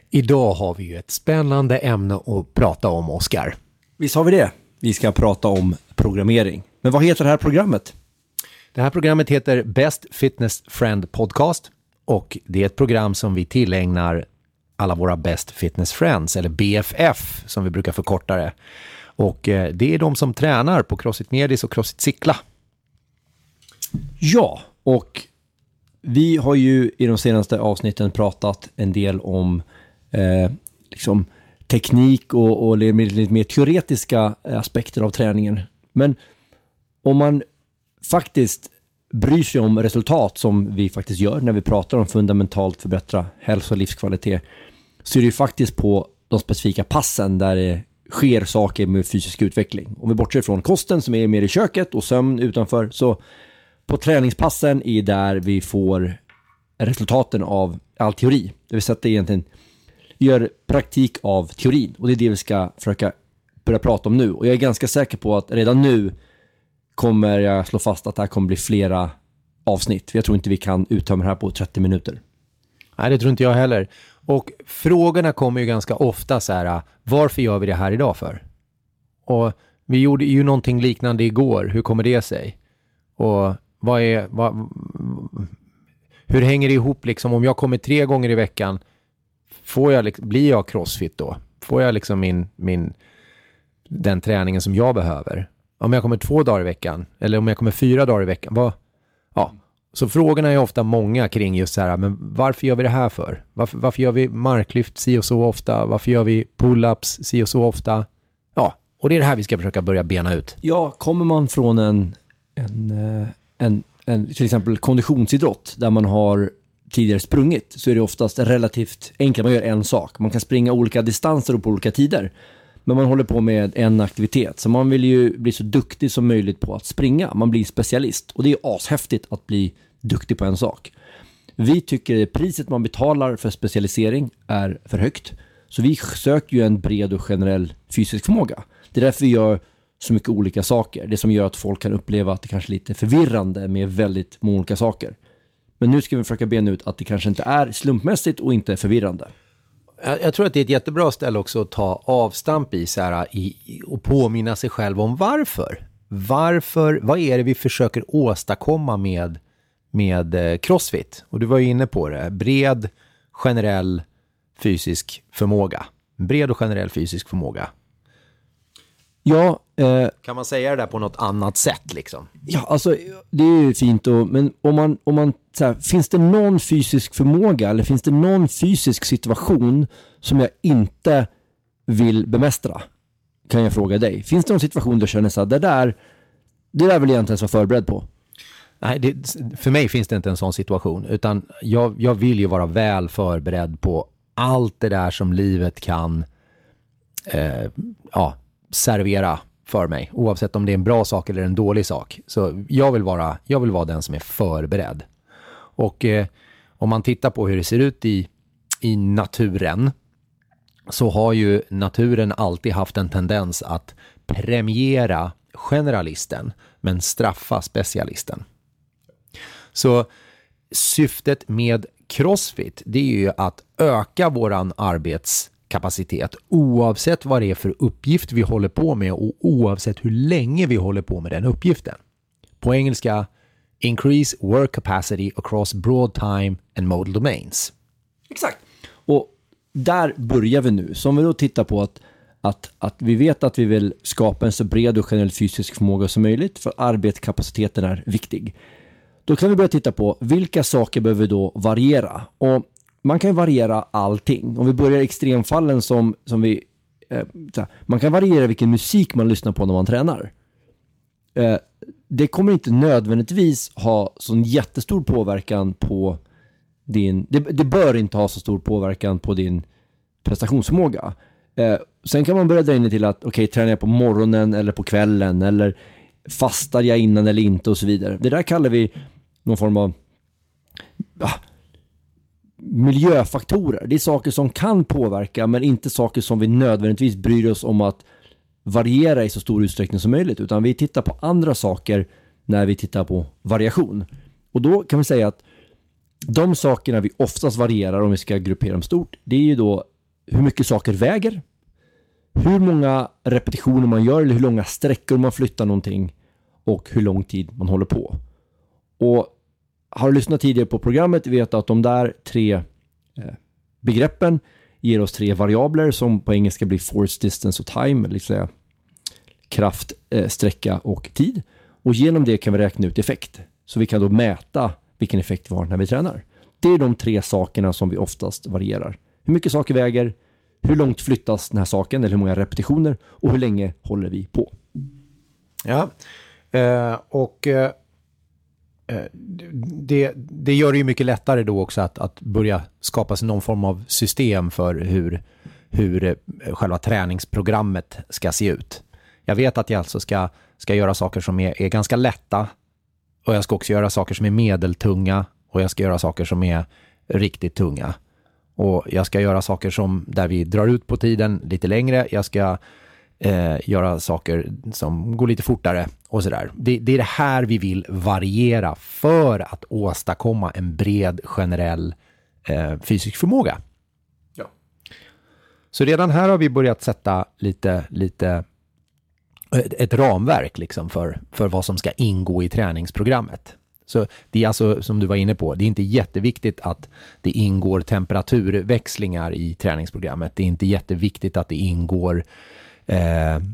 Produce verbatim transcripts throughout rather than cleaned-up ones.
Idag har vi ju ett spännande ämne att prata om, Oskar. Visst har vi det. Vi ska prata om programmering. Men vad heter det här programmet? Det här programmet heter Best Fitness Friend Podcast och det är ett program som vi tillägnar alla våra Best Fitness Friends, eller B F F som vi brukar förkorta det. Och det är de som tränar på CrossFit Medis och CrossFit Sickla. Ja, och vi har ju i de senaste avsnitten pratat en del om eh, liksom teknik och, och lite mer teoretiska aspekter av träningen. Men om man faktiskt bryr sig om resultat som vi faktiskt gör när vi pratar om fundamentalt förbättra hälsa och livskvalitet, så är det ju faktiskt på de specifika passen där det sker saker med fysisk utveckling. Om vi bortser från kosten som är mer i köket och sömn utanför, så på träningspassen är där vi får resultaten av all teori. Det vill säga att det egentligen gör praktik av teorin. Och det är det vi ska försöka börja prata om nu. Och jag är ganska säker på att redan nu kommer jag slå fast att det här kommer bli flera avsnitt. För jag tror inte vi kan uttömma det här på trettio minuter. Nej, det tror inte jag heller. Och frågorna kommer ju ganska ofta så här: varför gör vi det här idag för? Och vi gjorde ju någonting liknande igår. Hur kommer det sig? Och vad är... Vad, hur hänger det ihop liksom? Om jag kommer tre gånger i veckan, får jag, blir jag crossfit då? Får jag liksom min, min, den träningen som jag behöver? Om jag kommer två dagar i veckan, eller om jag kommer fyra dagar i veckan, vad? Ja. Så frågorna är ofta många kring just så här, men varför gör vi det här för? Varför, varför gör vi marklyft si och så ofta? Varför gör vi pull-ups si och så ofta? Ja, och det är det här vi ska försöka börja bena ut. Ja, kommer man från en, en, en, en till exempel konditionsidrott där man har tidigare sprungit, så är det oftast relativt enkelt. Man gör en sak. Man kan springa olika distanser och på olika tider. Men man håller på med en aktivitet. Så man vill ju bli så duktig som möjligt på att springa. Man blir specialist. Och det är ashäftigt att bli duktig på en sak. Vi tycker att priset man betalar för specialisering är för högt. Så vi söker ju en bred och generell fysisk förmåga. Det är därför vi gör så mycket olika saker. Det som gör att folk kan uppleva att det kanske är lite förvirrande med väldigt många olika saker. Men nu ska vi försöka bena ut att det kanske inte är slumpmässigt och inte förvirrande. Jag, jag tror att det är ett jättebra ställe också att ta avstamp i, så här, i och påminna sig själv om varför. Varför, vad är det vi försöker åstadkomma med, med CrossFit? Och du var ju inne på det. Bred, generell fysisk förmåga. Bred och generell fysisk förmåga. Ja, eh, kan man säga det där på något annat sätt liksom? Ja, alltså det är ju fint och, men om man, om man så här, finns det någon fysisk förmåga eller finns det någon fysisk situation som jag inte vill bemästra, kan jag fråga dig. Finns det någon situation där du känner så här, det där det där vill jag inte ens vara förberedd på? Nej, det, för mig finns det inte en sån situation, utan jag, jag vill ju vara väl förberedd på allt det där som livet kan eh, ja servera för mig, oavsett om det är en bra sak eller en dålig sak. Så jag vill vara, jag vill vara den som är förberedd. Och eh, om man tittar på hur det ser ut i, i naturen, så har ju naturen alltid haft en tendens att premiera generalisten men straffa specialisten. Så syftet med CrossFit, det är ju att öka våran arbets kapacitet oavsett vad det är för uppgift vi håller på med och oavsett hur länge vi håller på med den uppgiften. På engelska, increase work capacity across broad time and modal domains. Exakt. Och där börjar vi nu. Så om vi då tittar på att, att, att vi vet att vi vill skapa en så bred och generell fysisk förmåga som möjligt, för arbetskapaciteten är viktig. Då kan vi börja titta på vilka saker behöver vi då variera. Och man kan variera allting. Om vi börjar i extremfallen som, som vi... Eh, man kan variera vilken musik man lyssnar på när man tränar. Eh, det kommer inte nödvändigtvis ha sån jättestor påverkan på din... Det, det bör inte ha så stor påverkan på din prestationsförmåga. Eh, sen kan man börja dra in det till att okej, okay, tränar jag på morgonen eller på kvällen, eller fastar jag innan eller inte och så vidare. Det där kallar vi någon form av... Ah, miljöfaktorer. Det är saker som kan påverka, men inte saker som vi nödvändigtvis bryr oss om att variera i så stor utsträckning som möjligt, utan vi tittar på andra saker när vi tittar på variation. Och då kan vi säga att de sakerna vi oftast varierar, om vi ska gruppera dem stort, det är ju då hur mycket saker väger, hur många repetitioner man gör eller hur långa sträckor man flyttar någonting och hur lång tid man håller på. Och har du lyssnat tidigare på programmet vet att de där tre eh, begreppen ger oss tre variabler som på engelska blir force, distance och time, liksom kraft, eh, sträcka och tid. Och genom det kan vi räkna ut effekt. Så vi kan då mäta vilken effekt vi har när vi tränar. Det är de tre sakerna som vi oftast varierar. Hur mycket saker väger, hur långt flyttas den här saken eller hur många repetitioner och hur länge håller vi på. Ja, eh, och eh, det, det gör det ju mycket lättare då också att, att börja skapa sig någon form av system för hur, hur själva träningsprogrammet ska se ut. Jag vet att jag alltså ska, ska göra saker som är, är ganska lätta och jag ska också göra saker som är medeltunga och jag ska göra saker som är riktigt tunga. Och jag ska göra saker som där vi drar ut på tiden lite längre. Jag ska eh, göra saker som går lite fortare och sådär. Det, det är det här vi vill variera för att åstadkomma en bred generell eh, fysisk förmåga. Ja. Så redan här har vi börjat sätta lite, lite ett ramverk liksom för, för vad som ska ingå i träningsprogrammet. Så det är alltså, som du var inne på, det är inte jätteviktigt att det ingår temperaturväxlingar i träningsprogrammet. Det är inte jätteviktigt att det ingår eh, eh,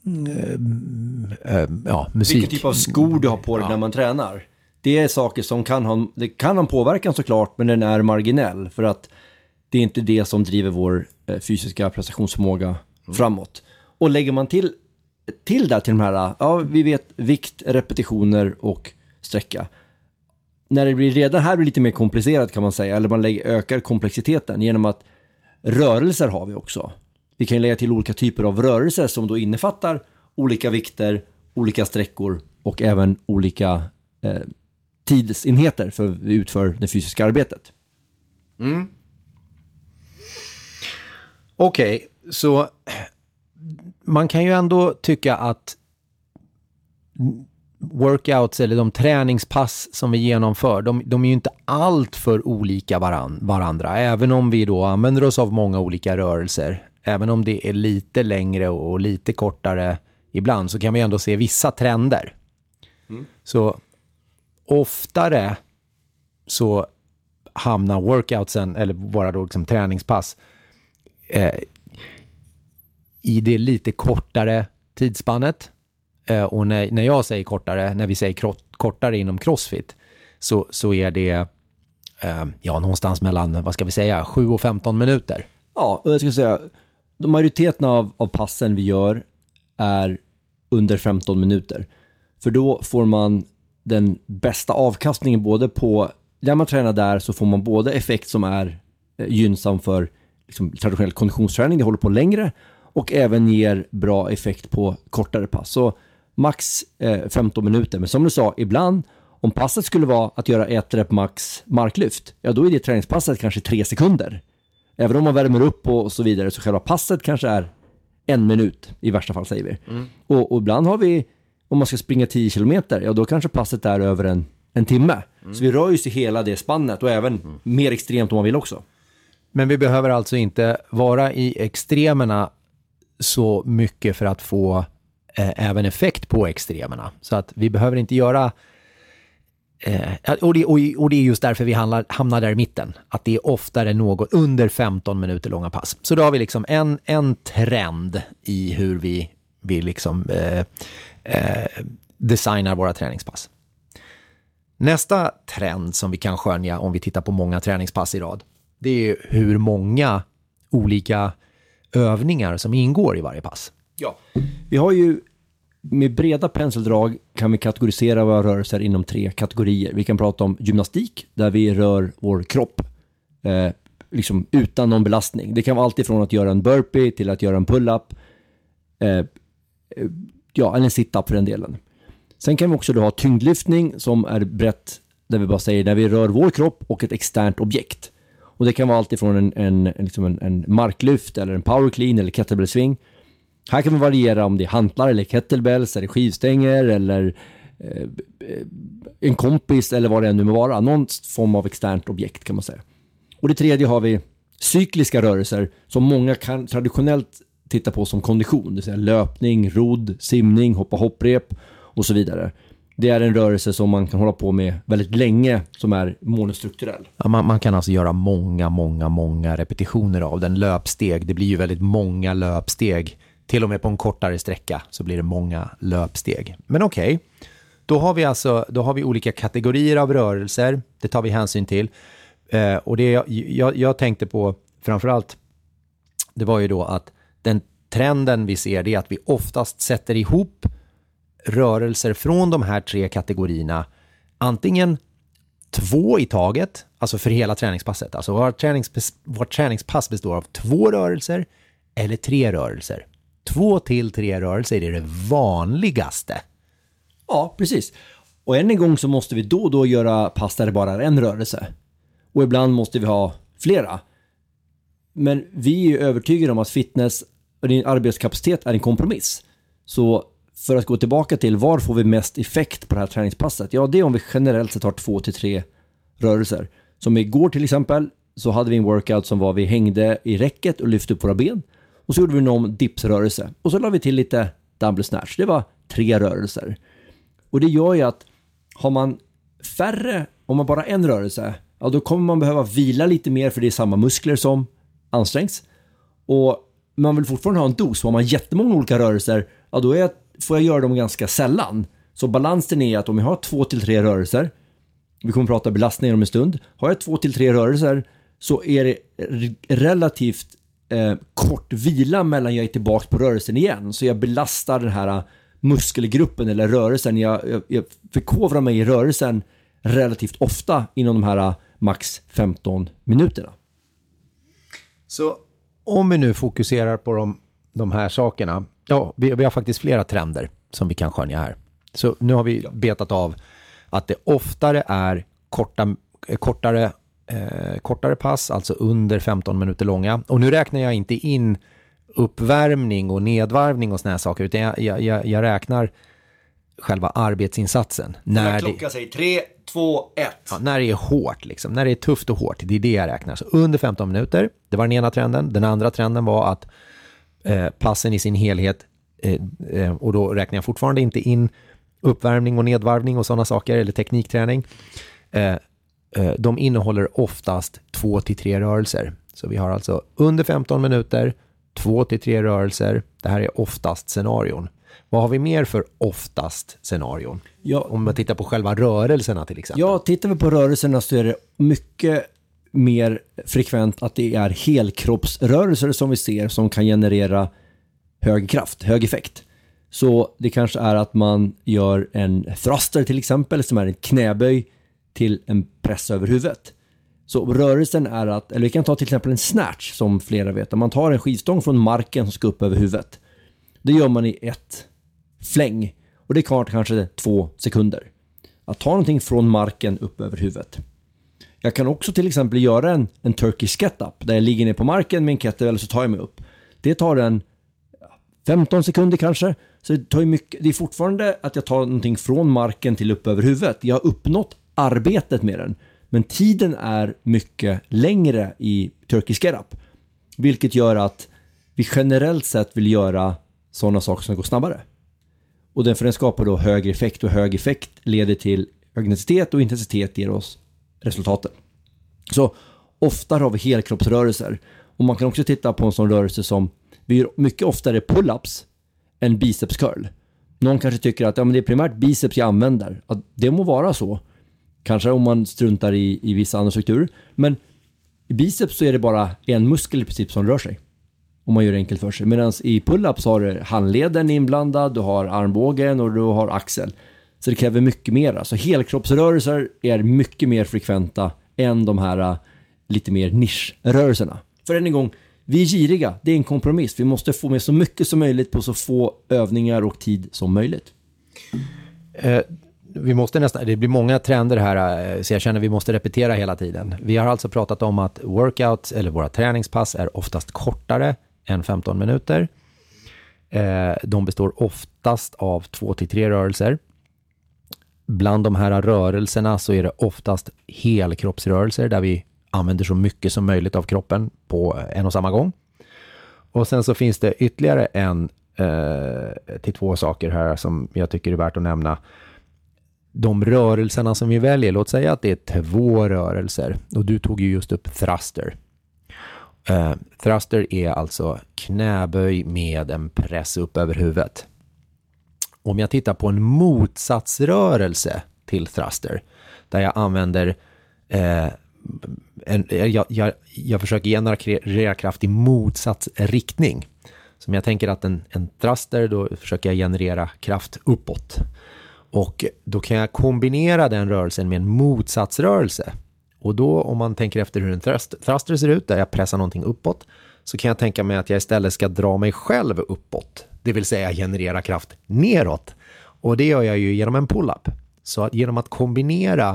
eh, ja, musik. Vilken typ av skor du har på dig ja. när man tränar. Det är saker som kan ha, det kan ha en påverkan såklart, men den är marginell för att det är inte det som driver vår eh, fysiska prestationsförmåga mm. framåt. Och lägger man till till där till de här, ja vi vet vikt, repetitioner och sträcka. När det blir redan här blir lite mer komplicerat kan man säga, eller man lägger, ökar komplexiteten genom att rörelser har vi också. Vi kan lägga till olika typer av rörelser som då innefattar olika vikter, olika sträckor och även olika eh, tidsenheter för vi utför det fysiska arbetet. Mm. Okej, okay, så man kan ju ändå tycka att workouts eller de träningspass som vi genomför, de, de är ju inte allt för olika varan, varandra. Även om vi då använder oss av många olika rörelser, även om det är lite längre och lite kortare ibland, så kan vi ändå se vissa trender. Mm. Så oftare så hamnar workoutsen, eller våra då liksom träningspass, eh, i det lite kortare tidsspannet. Eh, och när, när jag säger kortare, när vi säger krot, kortare inom CrossFit, så, så är det eh, ja, någonstans mellan, vad ska vi säga, sju och femton minuter. Ja, och jag ska säga, de majoriteten av, av passen vi gör är under femton minuter. För då får man den bästa avkastningen både på, när man tränar där så får man både effekt som är eh, gynnsam för liksom, traditionell konditionsträning, det håller på längre, och även ger bra effekt på kortare pass. Så max eh, femton minuter. Men som du sa, ibland om passet skulle vara att göra ett rep max marklyft, ja då är det träningspasset kanske tre sekunder. Även om man värmer upp och så vidare, så själva passet kanske är en minut i värsta fall, säger vi. Mm. Och, och ibland har vi, om man ska springa tio kilometer, ja då kanske passet är över en, en timme. Mm. Så vi rör ju sig hela det spannet och även mm. mer extremt om man vill också. Men vi behöver alltså inte vara i extremerna så mycket för att få eh, även effekt på extremerna. Så att vi behöver inte göra eh, och, det, och, och det är just därför vi handlar, hamnar där i mitten. Att det är oftare något under femton minuter långa pass. Så då har vi liksom en, en trend i hur vi, vi liksom eh, eh, designar våra träningspass. Nästa trend som vi kan skönja om vi tittar på många träningspass i rad, det är hur många olika övningar som ingår i varje pass. Ja. Vi har ju med breda penseldrag kan vi kategorisera våra rörelser inom tre kategorier. Vi kan prata om gymnastik där vi rör vår kropp eh, liksom utan någon belastning. Det kan vara allt ifrån att göra en burpee till att göra en pull-up eh, ja, eller en sit-up för den delen. Sen kan vi också då ha tyngdlyftning som är brett där vi bara säger när vi rör vår kropp och ett externt objekt. Och det kan vara allt ifrån en, en, liksom en, en marklyft eller en power clean eller kettlebell swing. Här kan man variera om det är hantlar eller kettlebells eller skivstänger eller eh, en kompis eller vad det än nu må vara. Någon form av externt objekt kan man säga. Och det tredje har vi cykliska rörelser som många kan traditionellt titta på som kondition. Det vill säga löpning, rodd, simning, hoppa hopprep och så vidare. Det är en rörelse som man kan hålla på med väldigt länge som är monostrukturell. Ja, man, man kan alltså göra många, många, många repetitioner av den. Löpsteg, det blir ju väldigt många löpsteg. Till och med på en kortare sträcka så blir det många löpsteg. Men okej, okay. Då har vi alltså då har vi olika kategorier av rörelser. Det tar vi hänsyn till. Eh, och det jag, jag, jag tänkte på framförallt, det var ju då att den trenden vi ser det är att vi oftast sätter ihop rörelser från de här tre kategorierna. Antingen två i taget, alltså för hela träningspasset. Alltså vårt träningspass, vårt träningspass består av två rörelser eller tre rörelser. Två till tre rörelser är det vanligaste. Ja, precis. Och än en gång så måste vi då och då göra pass där det bara är en rörelse. Och ibland måste vi ha flera. Men vi är övertygade om att fitness och din arbetskapacitet är en kompromiss. Så för att gå tillbaka till var får vi mest effekt på det här träningspasset? Ja, det är om vi generellt sett har två till tre rörelser. Som igår till exempel så hade vi en workout som var vi hängde i räcket och lyfte upp våra ben. Och så gjorde vi någon dipsrörelse. Och så la vi till lite dumbbell snatch. Det var tre rörelser. Och det gör ju att har man färre, om man bara en rörelse, ja då kommer man behöva vila lite mer för det är samma muskler som ansträngs. Och man vill fortfarande ha en dos. Har man jättemånga olika rörelser, ja då är, får jag göra dem ganska sällan. Så balansen är att om jag har två till tre rörelser, vi kommer att prata belastning om en stund, har jag två till tre rörelser så är det relativt eh, kort vila mellan jag är tillbaka på rörelsen igen. Så jag belastar den här muskelgruppen eller rörelsen. Jag, jag, jag förkovrar mig i rörelsen relativt ofta inom de här max femton minuterna. Så om vi nu fokuserar på de, de här sakerna, ja, vi, vi har faktiskt flera trender som vi kan skönja här. Så nu har vi betat av att det oftare är korta, kortare, eh, kortare pass, alltså under femton minuter långa. Och nu räknar jag inte in uppvärmning och nedvarvning och såna här saker, utan jag, jag, jag, jag räknar själva arbetsinsatsen. När klockan det, säger tre, två, ett. Ja, när det är hårt, liksom, när det är tufft och hårt, det är det jag räknar. Så under femton minuter, det var den ena trenden. Den andra trenden var att eh, passen i sin helhet, eh, eh, och då räknar jag fortfarande inte in uppvärmning och nedvarvning och sådana saker, eller teknikträning. Eh, eh, de innehåller oftast två till tre rörelser. Så vi har alltså under femton minuter, två till tre rörelser. Det här är oftast scenarion. Vad har vi mer för oftast scenarion? Ja, om man tittar på själva rörelserna till exempel. Ja, tittar vi på rörelserna så är det mycket mer frekvent att det är helkroppsrörelser som vi ser som kan generera hög kraft, hög effekt. Så det kanske är att man gör en thruster till exempel som är en knäböj till en press över huvudet. Så rörelsen är att, eller vi kan ta till exempel en snatch som flera vet. Om man tar en skivstång från marken som ska upp över huvudet. Det gör man i ett fläng. Och det tar kanske två sekunder. Att ta någonting från marken upp över huvudet. Jag kan också till exempel göra en, en Turkish get-up. Där jag ligger ner på marken med en kettlebell så tar jag mig upp. Det tar en femton sekunder kanske. Så det tar ju mycket. Det är fortfarande att jag tar någonting från marken till upp över huvudet. Jag har uppnått arbetet med den. Men tiden är mycket längre i Turkish get-up. Vilket gör att vi generellt sett vill göra sådana saker som går snabbare. Och den för den skapar då högre effekt, och hög effekt leder till hög intensitet, och intensitet ger oss resultaten. Så ofta har vi helkroppsrörelser. Och man kan också titta på en sån rörelse som vi gör mycket oftare pull-ups än biceps curl. Någon kanske tycker att ja, men det är primärt biceps jag använder. Att det må vara så. Kanske om man struntar i, i vissa andra strukturer. Men i biceps så är det bara en muskel i princip som rör sig. Om man gör det enkelt för sig. Medan i pull-ups har du handleden inblandad, du har armbågen och du har axel. Så det kräver mycket mer. Så helkroppsrörelser är mycket mer frekventa än de här lite mer nischrörelserna. För än en gång, vi är giriga. Det är en kompromiss. Vi måste få med så mycket som möjligt på så få övningar och tid som möjligt. Eh, vi måste nästan, det blir många trender här, så jag känner att vi måste repetera hela tiden. Vi har alltså pratat om att workouts eller våra träningspass är oftast kortare än femton minuter. Eh, de består oftast av två till tre rörelser. Bland de här rörelserna så är det oftast helkroppsrörelser där vi använder så mycket som möjligt av kroppen på en och samma gång. Och sen så finns det ytterligare en eh, till två saker här som jag tycker är värt att nämna. De rörelserna som vi väljer, låt säga att det är två rörelser. Och du tog ju just upp thruster. Uh, thruster är alltså knäböj med en press upp över huvudet. Om jag tittar på en motsatsrörelse till thruster, där jag använder uh, en, jag, jag, jag försöker generera kraft i motsatt riktning. Som jag tänker att en, en thruster, då försöker jag generera kraft uppåt. Och då kan jag kombinera den rörelsen med en motsatsrörelse. Och då om man tänker efter hur en thruster ser ut, där jag pressar någonting uppåt, så kan jag tänka mig att jag istället ska dra mig själv uppåt. Det vill säga generera kraft neråt. Och det gör jag ju genom en pull-up. Så att genom att kombinera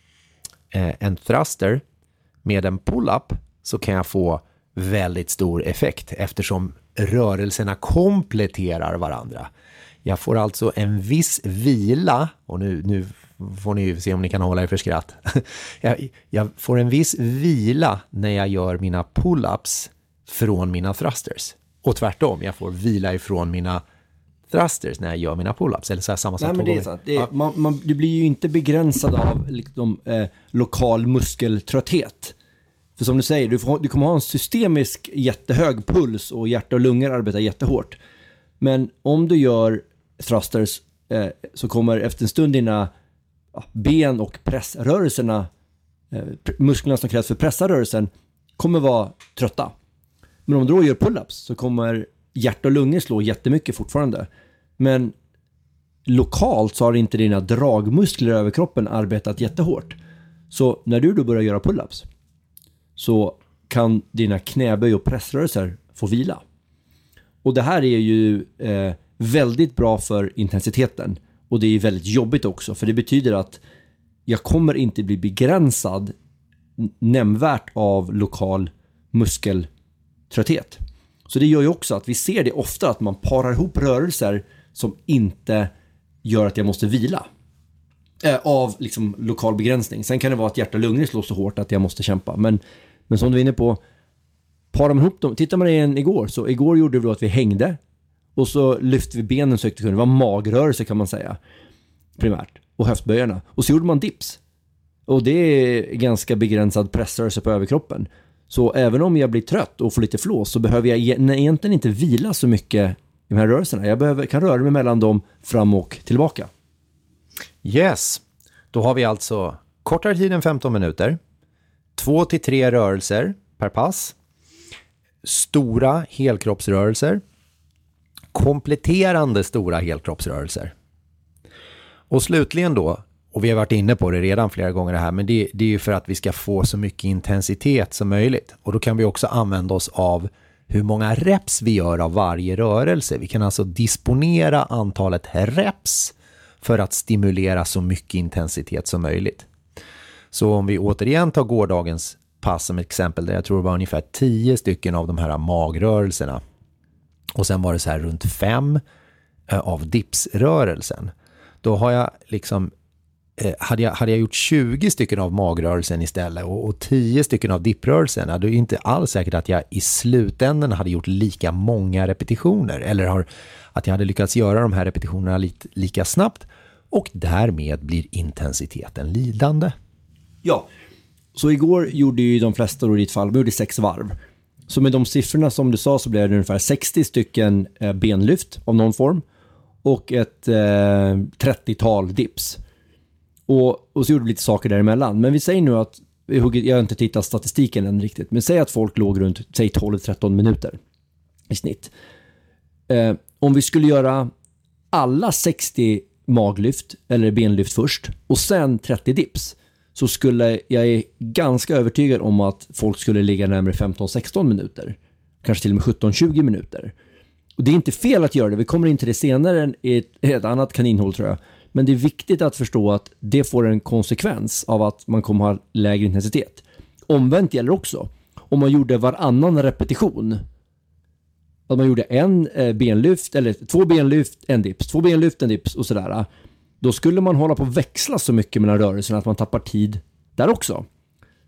eh, en thruster med en pull-up så kan jag få väldigt stor effekt eftersom rörelserna kompletterar varandra. Jag får alltså en viss vila, och nu, nu får ni ju se om ni kan hålla er för skratt. Jag, jag får en viss vila när jag gör mina pull-ups från mina thrusters. Och tvärtom, jag får vila ifrån mina thrusters när jag gör mina pull-ups. Eller så här samma sak. Nej, men det är sant. Det, är, man, man, du blir ju inte begränsad av liksom, eh, lokal muskeltrötthet. För som du säger, du, får, du kommer ha en systemisk jättehög puls och hjärta och lungor arbetar jättehårt. Men om du gör thrusters eh, så kommer efter en stund dina ja, ben och pressrörelserna, eh, musklerna som krävs för pressarrörelsen, kommer vara trötta. Men om du då gör pull-ups så kommer hjärta och lungor slå jättemycket fortfarande. Men lokalt så har inte dina dragmuskler över kroppen arbetat jättehårt. Så när du då börjar göra pull-ups så kan dina knäböj och pressrörelser få vila. Och det här är ju eh, väldigt bra för intensiteten. Och det är väldigt jobbigt också. För det betyder att jag kommer inte bli begränsad nämnvärt av lokal muskeltrötthet. Så det gör ju också att vi ser det ofta att man parar ihop rörelser som inte gör att jag måste vila. Eh, av liksom lokal begränsning. Sen kan det vara att hjärta och lungor slår så hårt att jag måste kämpa. Men, men som du är inne på, parar man ihop dem. Tittar man igen igår, så igår gjorde vi då att vi hängde och så lyfte vi benen så högt det kunde. Det var magrörelse kan man säga primärt, och höftböjarna. Och så gjorde man dips. Och det är ganska begränsad pressrörelse på överkroppen. Så även om jag blir trött och får lite flås så behöver jag egentligen inte vila så mycket i de här rörelserna. Jag behöver, kan röra mig mellan dem fram och tillbaka. Yes, då har vi alltså kortare tid än femton minuter. Två till tre rörelser per pass. Stora helkroppsrörelser. Kompletterande stora helkroppsrörelser. Och slutligen då, och vi har varit inne på det redan flera gånger det här, men det, det är ju för att vi ska få så mycket intensitet som möjligt. Och då kan vi också använda oss av hur många reps vi gör av varje rörelse. Vi kan alltså disponera antalet reps för att stimulera så mycket intensitet som möjligt. Så om vi återigen tar gårdagens pass som exempel, där jag tror det var ungefär tio stycken av de här magrörelserna. Och sen var det så här runt fem av dipsrörelsen. Då har jag liksom Hade jag, hade jag gjort tjugo stycken av magrörelsen istället och, och tio stycken av dipprörelsen, då är det inte alls säkert att jag i slutändan hade gjort lika många repetitioner eller har, att jag hade lyckats göra de här repetitionerna lite, lika snabbt, och därmed blir intensiteten lidande. Ja, så igår gjorde ju de flesta då i ditt fall, vi gjorde sex varv. Så med de siffrorna som du sa så blev det ungefär sextio stycken benlyft av någon form och ett eh, trettiotal dips. Och, och så gjorde vi lite saker däremellan. Men vi säger nu att, jag har inte tittat statistiken än riktigt, men säg att folk låg runt säg tolv till tretton minuter i snitt. Eh, om vi skulle göra alla sextio maglyft eller benlyft först och sen trettio dips, så skulle jag är ganska övertygad om att folk skulle ligga närmare femton till sexton minuter. Kanske till och med sjutton till tjugo minuter. Och det är inte fel att göra det. Vi kommer in till det senare i ett, ett annat kaninhål tror jag. Men det är viktigt att förstå att det får en konsekvens av att man kommer ha lägre intensitet. Omvänt gäller också. Om man gjorde varannan repetition, att man gjorde en benlyft eller två benlyft, en dips, två benlyft, en dips och sådär, då skulle man hålla på att växla så mycket mellan rörelserna att man tappar tid där också.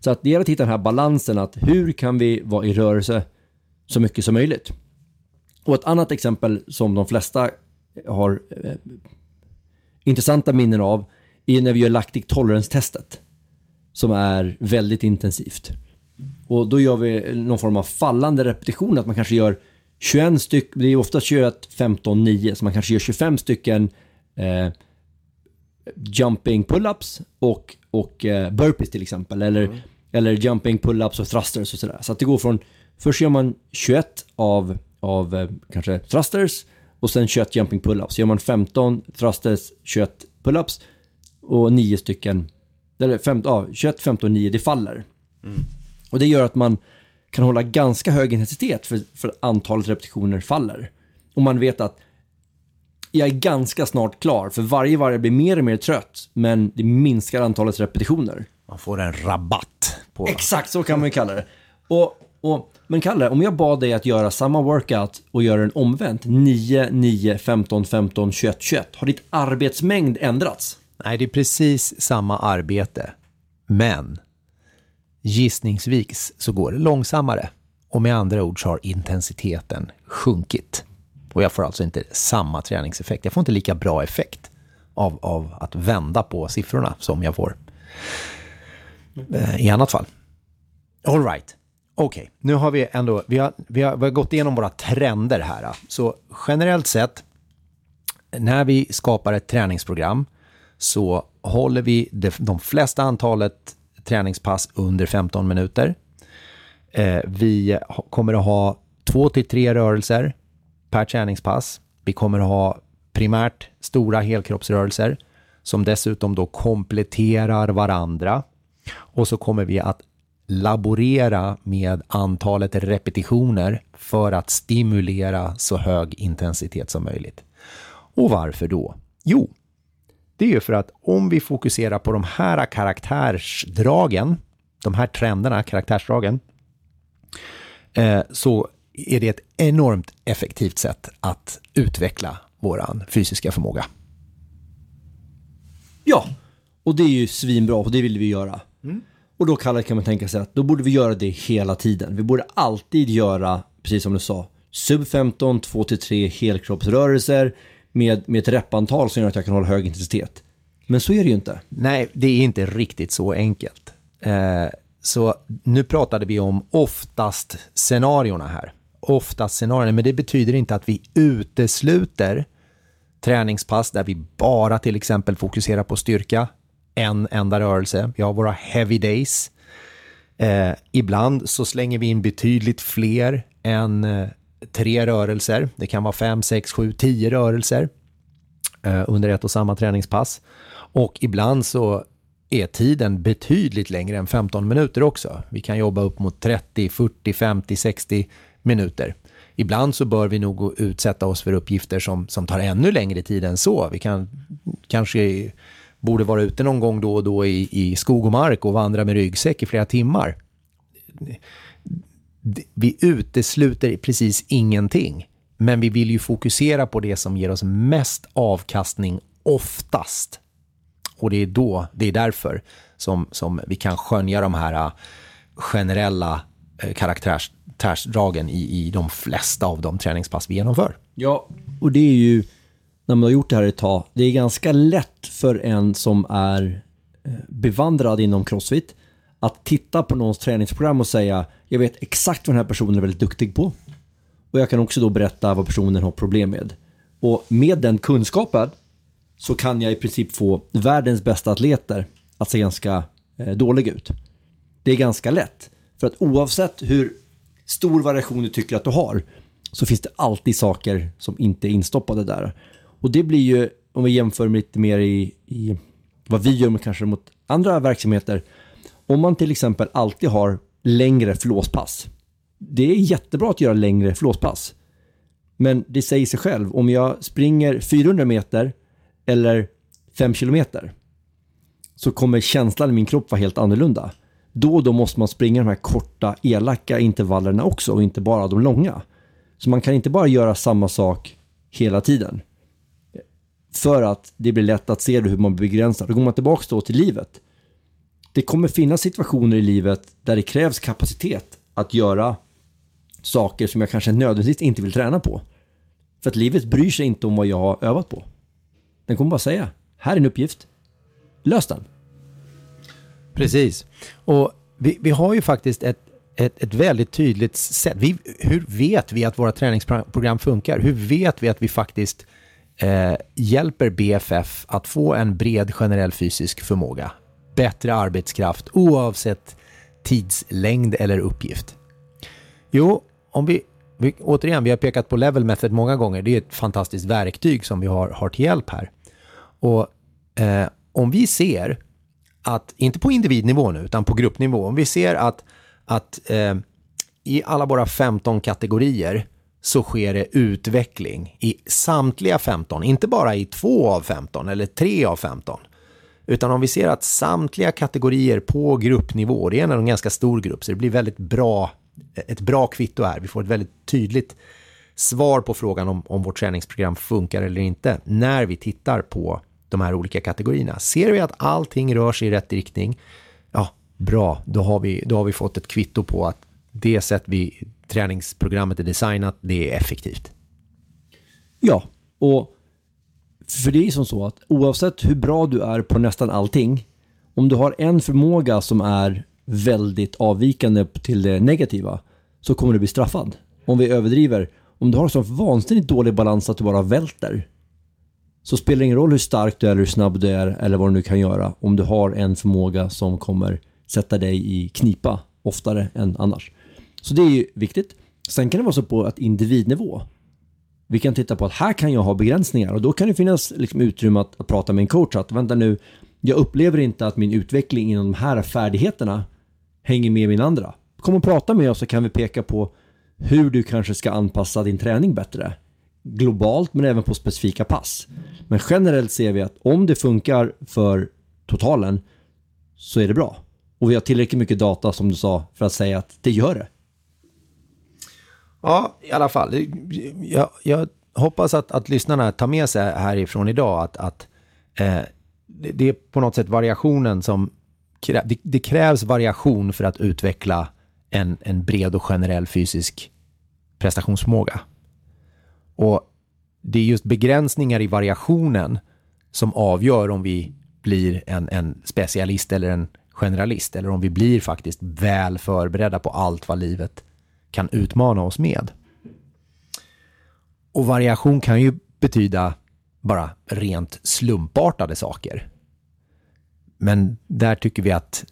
Så att det gäller att hitta den här balansen att hur kan vi vara i rörelse så mycket som möjligt. Och ett annat exempel som de flesta har eh, intressanta minnen av är när vi gör lactic tolerance-testet som är väldigt intensivt. Och då gör vi någon form av fallande repetition, att man kanske gör tjugoett stycken, det är ofta tjugoett, femton, nio, så man kanske gör tjugofem stycken eh, jumping pull-ups och, och eh, burpees till exempel, eller, mm. eller jumping pull-ups och thrusters och sådär. Så att det går från, först gör man tjugoett av, av eh, kanske thrusters och sen tjugoett jumping pull-ups. Gör man femton thrusters, tjugoett pull-ups och nio stycken, eller femton, ja, tjugoett, femton, nio, det faller. Mm. Och det gör att man kan hålla ganska hög intensitet för, för antalet repetitioner faller. Och man vet att jag är ganska snart klar, för varje varje blir mer och mer trött, men det minskar antalet repetitioner. Man får en rabatt på... Exakt, så kan man kalla det. Och, och, men Kalle, om jag bad dig att göra samma workout och göra en omvänt, nio, nio, femton, femton, tjugoett, tjugoett, har ditt arbetsmängd ändrats? Nej, det är precis samma arbete, men gissningsvis så går det långsammare. Och med andra ord så har intensiteten sjunkit. Och jag får alltså inte samma träningseffekt. Jag får inte lika bra effekt av, av att vända på siffrorna som jag får i annat fall. All right. Okej, okay. Nu har vi ändå vi har, vi, har, vi har gått igenom våra trender här. Så generellt sett, när vi skapar ett träningsprogram så håller vi de, de flesta antalet träningspass under femton minuter. Eh, vi kommer att ha två till tre rörelser per träningspass. Vi kommer att ha primärt stora helkroppsrörelser som dessutom då kompletterar varandra. Och så kommer vi att laborera med antalet repetitioner för att stimulera så hög intensitet som möjligt. Och varför då? Jo, det är ju för att om vi fokuserar på de här karaktärsdragen, de här trenderna, karaktärsdragen, eh, så är det ett enormt effektivt sätt att utveckla våran fysiska förmåga. Ja, och det är ju svinbra och det vill vi göra. Mm. Och då kan man tänka sig att då borde vi göra det hela tiden. Vi borde alltid göra, precis som du sa, sub femton, två till tre helkroppsrörelser med, med ett repantal som gör att jag kan hålla hög intensitet. Men så är det ju inte. Nej, det är inte riktigt så enkelt. Eh, så nu pratade vi om oftast scenarierna här. Oftast scenarierna, men det betyder inte att vi utesluter träningspass där vi bara till exempel fokuserar på styrka, en enda rörelse. Vi har våra heavy days. Eh, ibland så slänger vi in betydligt fler än eh, tre rörelser. Det kan vara fem, sex, sju, tio rörelser eh, under ett och samma träningspass. Och ibland så är tiden betydligt längre än femton minuter också. Vi kan jobba upp mot trettio, fyrtio, femtio, sextio minuter. Ibland så bör vi nog utsätta oss för uppgifter som, som tar ännu längre tid än så. Vi kan kanske borde vara ute någon gång då och då i, i skog och mark och vandra med ryggsäck i flera timmar. Vi utesluter precis ingenting. Men vi vill ju fokusera på det som ger oss mest avkastning oftast. Och det är då, det är därför som, som vi kan skönja de här generella karaktärsdragen i, i de flesta av de träningspass vi genomför. Ja, och det är ju, när man har gjort det här ett tag, det är ganska lätt för en som är bevandrad inom CrossFit att titta på någons träningsprogram och säga, jag vet exakt vad den här personen är väldigt duktig på. Och jag kan också då berätta vad personen har problem med. Och med den kunskapen så kan jag i princip få världens bästa atleter att se ganska eh, dåliga ut. Det är ganska lätt. För att oavsett hur stor variation du tycker att du har så finns det alltid saker som inte är instoppade där. Och det blir ju, om vi jämför med lite mer i, i vad vi gör med kanske mot andra verksamheter. Om man till exempel alltid har längre flåspass. Det är jättebra att göra längre flåspass. Men det säger sig själv. Om jag springer fyrahundra meter eller fem kilometer så kommer känslan i min kropp vara helt annorlunda. Då och då måste man springa de här korta, elaka intervallerna också och inte bara de långa. Så man kan inte bara göra samma sak hela tiden. För att det blir lätt att se hur man begränsar. Då går man tillbaka då till livet. det kommer finnas situationer i livet där det krävs kapacitet att göra saker som jag kanske nödvändigtvis inte vill träna på. För att livet bryr sig inte om vad jag har övat på. Den kommer bara säga, här är en uppgift. Lös den. Precis. Och vi, vi har ju faktiskt ett, ett, ett väldigt tydligt sätt. Vi, hur vet vi att våra träningsprogram funkar? Hur vet vi att vi faktiskt eh, hjälper B F F att få en bred generell fysisk förmåga? Bättre arbetskraft oavsett tidslängd eller uppgift. Jo, om vi, vi återigen, vi har pekat på level method många gånger. Det är ett fantastiskt verktyg som vi har, har till hjälp här. Och eh, om vi ser att, inte på individnivå nu utan på gruppnivå, om vi ser att, att eh, i alla våra femton kategorier så sker det utveckling i samtliga femton, inte bara i två av femton eller tre av femton. Utan om vi ser att samtliga kategorier på gruppnivå, det är en ganska stor grupp så det blir väldigt bra, ett bra kvitto här. Vi får ett väldigt tydligt svar på frågan om, om vårt träningsprogram funkar eller inte när vi tittar på de här olika kategorierna. Ser vi att allting rör sig i rätt riktning, ja, bra, då har vi, då har vi fått ett kvitto på att det sätt vi träningsprogrammet är designat, det är effektivt. Ja, och för det är som så att oavsett hur bra du är på nästan allting, om du har en förmåga som är väldigt avvikande till det negativa så kommer du bli straffad. Om vi överdriver, om du har så vansinnigt dålig balans att du bara välter, så spelar det ingen roll hur stark du är eller hur snabb du är eller vad du nu kan göra om du har en förmåga som kommer sätta dig i knipa oftare än annars. Så det är ju viktigt. Sen kan det vara så på att individnivå. Vi kan titta på att här kan jag ha begränsningar och då kan det finnas liksom utrymme att, att prata med en coach att vänta nu, jag upplever inte att min utveckling inom de här färdigheterna hänger med min andra. Kom och prata med oss så kan vi peka på hur du kanske ska anpassa din träning bättre. Globalt men även på specifika pass. Men generellt ser vi att om det funkar för totalen så är det bra. Och vi har tillräckligt mycket data som du sa för att säga att det gör det. Ja, i alla fall. Jag, jag hoppas att, att lyssnarna tar med sig härifrån idag att, att eh, det, det är på något sätt variationen som krä, det, det krävs variation för att utveckla en, en bred och generell fysisk prestationsförmåga. Och det är just begränsningar i variationen som avgör om vi blir en, en specialist eller en generalist eller om vi blir faktiskt väl förberedda på allt vad livet kan utmana oss med. Och variation kan ju betyda bara rent slumpartade saker. Men där tycker vi att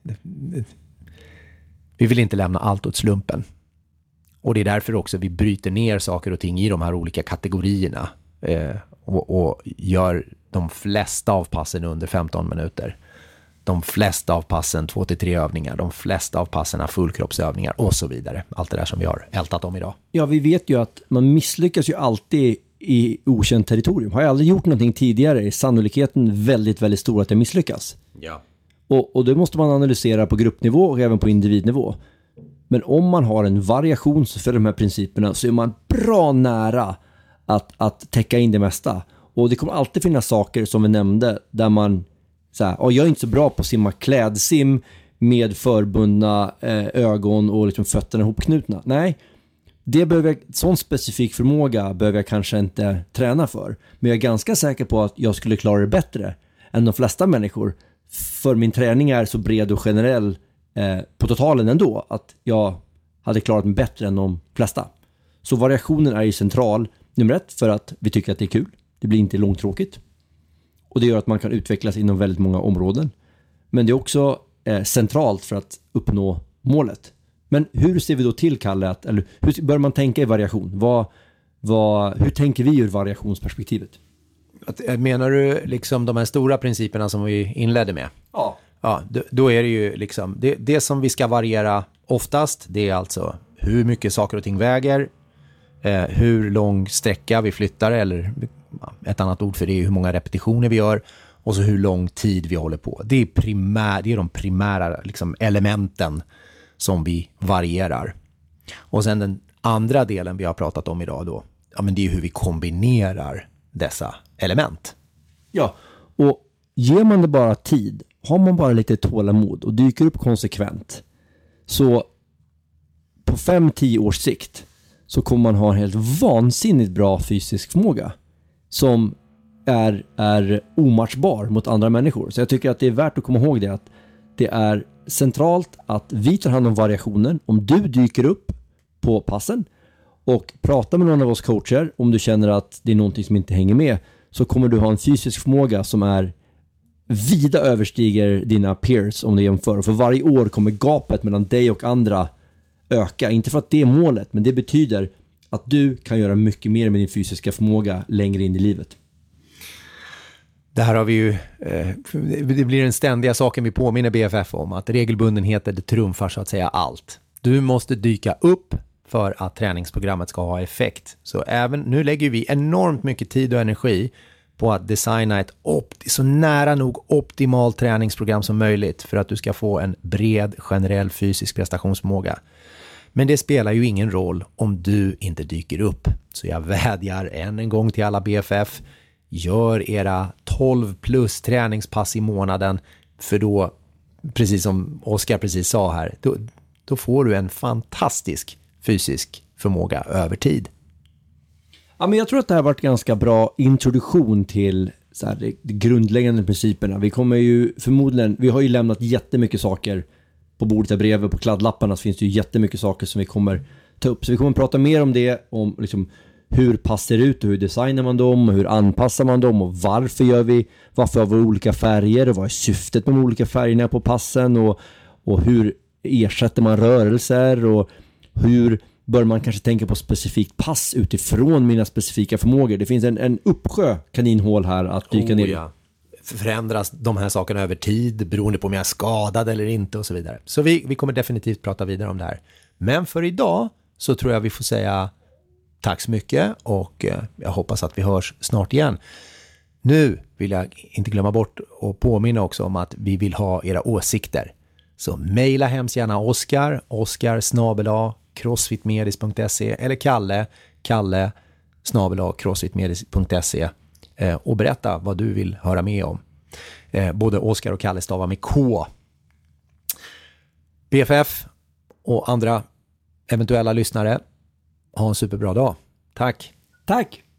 vi vill inte lämna allt åt slumpen. Och det är därför också vi bryter ner saker och ting i de här olika kategorierna eh, och, och gör de flesta av passen under femton minuter. De flesta av passen två till tre övningar, de flesta av passen fullkroppsövningar och så vidare. Allt det där som vi har ältat om idag. Ja, vi vet ju att man misslyckas ju alltid i okänt territorium. Har jag aldrig gjort någonting tidigare är sannolikheten väldigt, väldigt stor att jag misslyckas. Ja. Och, och det måste man analysera på gruppnivå och även på individnivå. Men om man har en variation för de här principerna så är man bra nära att, att täcka in det mesta. Och det kommer alltid finnas saker som vi nämnde där man så här, jag är inte så bra på att simma klädsim med förbundna eh, ögon och liksom fötterna ihopknutna. Nej, det behöver jag, sån specifik förmåga behöver jag kanske inte träna för. Men jag är ganska säker på att jag skulle klara det bättre än de flesta människor. För min träning är så bred och generell eh, på totalen ändå att jag hade klarat mig bättre än de flesta. Så variationen är ju central, nummer ett, för att vi tycker att det är kul. Det blir inte långtråkigt. Och det gör att man kan utvecklas inom väldigt många områden. Men det är också eh, centralt för att uppnå målet. Men hur ser vi då till, Kalle, att, eller hur bör man tänka i variation? Vad, vad, hur tänker vi ur variationsperspektivet? Menar du liksom de här stora principerna som vi inledde med? Ja. Ja, då, då är det ju liksom, det, det som vi ska variera oftast, det är alltså hur mycket saker och ting väger, eh, hur lång sträcka vi flyttar, eller ett annat ord för det är hur många repetitioner vi gör, och så hur lång tid vi håller på. Det är, primär, det är de primära liksom, elementen som vi varierar. Och sen den andra delen vi har pratat om idag då, ja, men det är hur vi kombinerar dessa element. Ja, och ger man det bara tid har man bara lite tålamod och dyker upp konsekvent, så på fem till tio års sikt så kommer man ha en helt vansinnigt bra fysisk förmåga som är, är omatchbar mot andra människor. Så jag tycker att det är värt att komma ihåg det, att det är centralt att vi tar hand om variationen. Om du dyker upp på passen och pratar med någon av oss coacher, om du känner att det är någonting som inte hänger med, så kommer du ha en fysisk förmåga som är vida överstiger dina peers om du jämför. För varje år kommer gapet mellan dig och andra öka. Inte för att det är målet, men det betyder att du kan göra mycket mer med din fysiska förmåga längre in i livet. Det här har vi ju, eh, det blir den ständiga saken vi påminner B F F om, att regelbundenheten det trumfar så att säga allt. Du måste dyka upp för att träningsprogrammet ska ha effekt. Så även, nu lägger vi enormt mycket tid och energi på att designa ett opt- så nära nog optimalt träningsprogram som möjligt för att du ska få en bred generell fysisk prestationsförmåga. Men det spelar ju ingen roll om du inte dyker upp. Så jag vädjar än en gång till alla B F F. Gör era tolv plus träningspass i månaden, för då, precis som Oskar precis sa här, då, då får du en fantastisk fysisk förmåga över tid. Ja, men jag tror att det här har varit ganska bra introduktion till så här, de, de grundläggande principerna. Vi kommer ju förmodligen, vi har ju lämnat jättemycket saker på bordet där bredvid, på kladdlapparna så finns det ju jättemycket saker som vi kommer ta upp. Så vi kommer prata mer om det, om liksom hur passar det ut och hur designar man dem och hur anpassar man dem och varför gör vi, varför har vi olika färger och vad är syftet med de olika färgerna på passen och, och hur ersätter man rörelser och hur bör man kanske tänka på specifikt pass utifrån mina specifika förmågor. Det finns en, en uppsjö kaninhål här att dyka oh, ner i. Ja. Förändras de här sakerna över tid beroende på om jag är skadad eller inte och så vidare. Så vi, vi kommer definitivt prata vidare om det här. Men för idag så tror jag vi får säga tack så mycket och jag hoppas att vi hörs snart igen. Nu vill jag inte glömma bort och påminna också om att vi vill ha era åsikter. Så mejla hemskt gärna Oskar, Oskar snabel-a crossfitmedis punkt se eller Kalle, Kalle snabel-a crossfitmedis punkt se och berätta vad du vill höra med om. Både Oskar och Kalle stavar med K. B F F och andra eventuella lyssnare, ha en superbra dag. Tack. Tack.